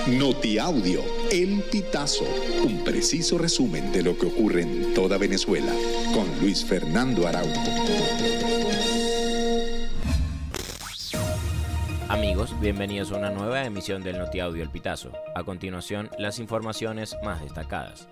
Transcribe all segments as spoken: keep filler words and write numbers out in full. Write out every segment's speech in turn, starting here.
Notiaudio, El Pitazo, un preciso resumen de lo que ocurre en toda Venezuela, con Luis Fernando Araújo. Amigos, bienvenidos a una nueva emisión del Notiaudio El Pitazo. A continuación, las informaciones más destacadas.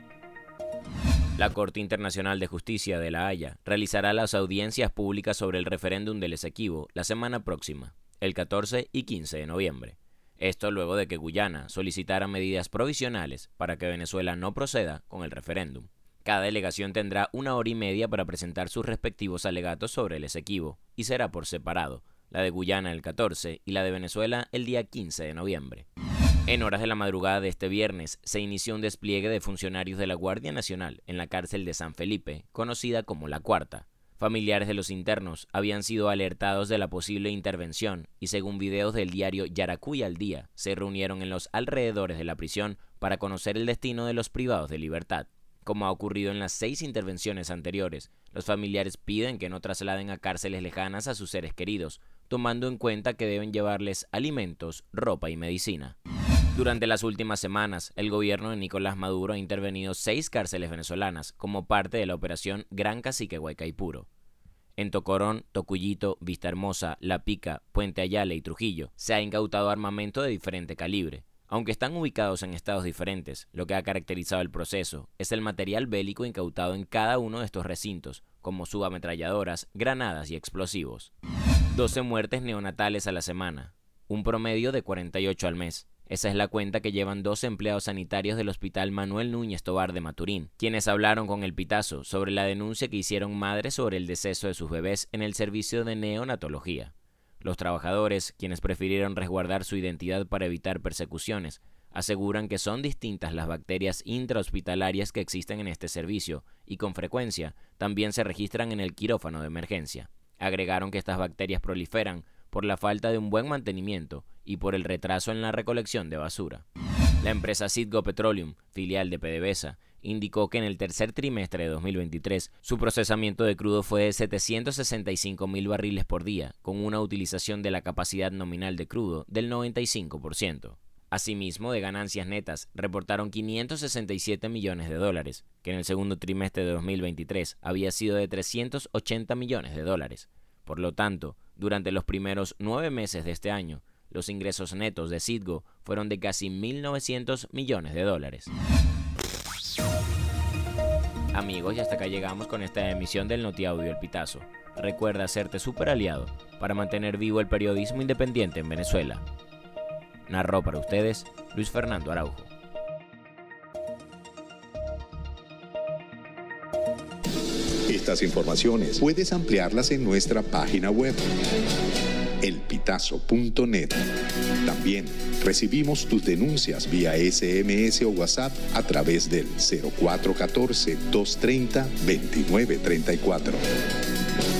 La Corte Internacional de Justicia de La Haya realizará las audiencias públicas sobre el referéndum del Esequibo la semana próxima, el catorce y quince de noviembre. Esto luego de que Guyana solicitara medidas provisionales para que Venezuela no proceda con el referéndum. Cada delegación tendrá una hora y media para presentar sus respectivos alegatos sobre el Esequibo y será por separado, la de Guyana el catorce y la de Venezuela el día quince de noviembre. En horas de la madrugada de este viernes se inició un despliegue de funcionarios de la Guardia Nacional en la cárcel de San Felipe, conocida como La Cuarta. Familiares de los internos habían sido alertados de la posible intervención y según videos del diario Yaracuy al Día, se reunieron en los alrededores de la prisión para conocer el destino de los privados de libertad. Como ha ocurrido en las seis intervenciones anteriores, los familiares piden que no trasladen a cárceles lejanas a sus seres queridos, tomando en cuenta que deben llevarles alimentos, ropa y medicina. Durante las últimas semanas, el gobierno de Nicolás Maduro ha intervenido seis cárceles venezolanas como parte de la operación Gran Cacique Guaycaipuro. En Tocorón, Tocuyito, Vistahermosa, La Pica, Puente Ayala y Trujillo se ha incautado armamento de diferente calibre. Aunque están ubicados en estados diferentes, lo que ha caracterizado el proceso es el material bélico incautado en cada uno de estos recintos, como subametralladoras, granadas y explosivos. doce muertes neonatales a la semana, un promedio de cuarenta y ocho al mes. Esa es la cuenta que llevan dos empleados sanitarios del Hospital Manuel Núñez Tovar de Maturín, quienes hablaron con El Pitazo sobre la denuncia que hicieron madres sobre el deceso de sus bebés en el servicio de neonatología. Los trabajadores, quienes prefirieron resguardar su identidad para evitar persecuciones, aseguran que son distintas las bacterias intrahospitalarias que existen en este servicio y con frecuencia también se registran en el quirófano de emergencia. Agregaron que estas bacterias proliferan por la falta de un buen mantenimiento y por el retraso en la recolección de basura. La empresa Citgo Petroleum, filial de PDVSA, indicó que en el tercer trimestre de dos mil veintitrés su procesamiento de crudo fue de setecientos sesenta y cinco mil barriles por día, con una utilización de la capacidad nominal de crudo del noventa y cinco por ciento. Asimismo, de ganancias netas, reportaron quinientos sesenta y siete millones de dólares, que en el segundo trimestre de dos mil veintitrés había sido de trescientos ochenta millones de dólares. Por lo tanto, durante los primeros nueve meses de este año, los ingresos netos de Citgo fueron de casi mil novecientos millones de dólares. Amigos, y hasta acá llegamos con esta emisión del Notiaudio El Pitazo. Recuerda hacerte super aliado para mantener vivo el periodismo independiente en Venezuela. Narró para ustedes Luis Fernando Araújo. Estas informaciones puedes ampliarlas en nuestra página web, el pitazo punto net. También recibimos tus denuncias vía ese eme ese o WhatsApp a través del cero cuatro uno cuatro, dos tres cero, dos nueve tres cuatro.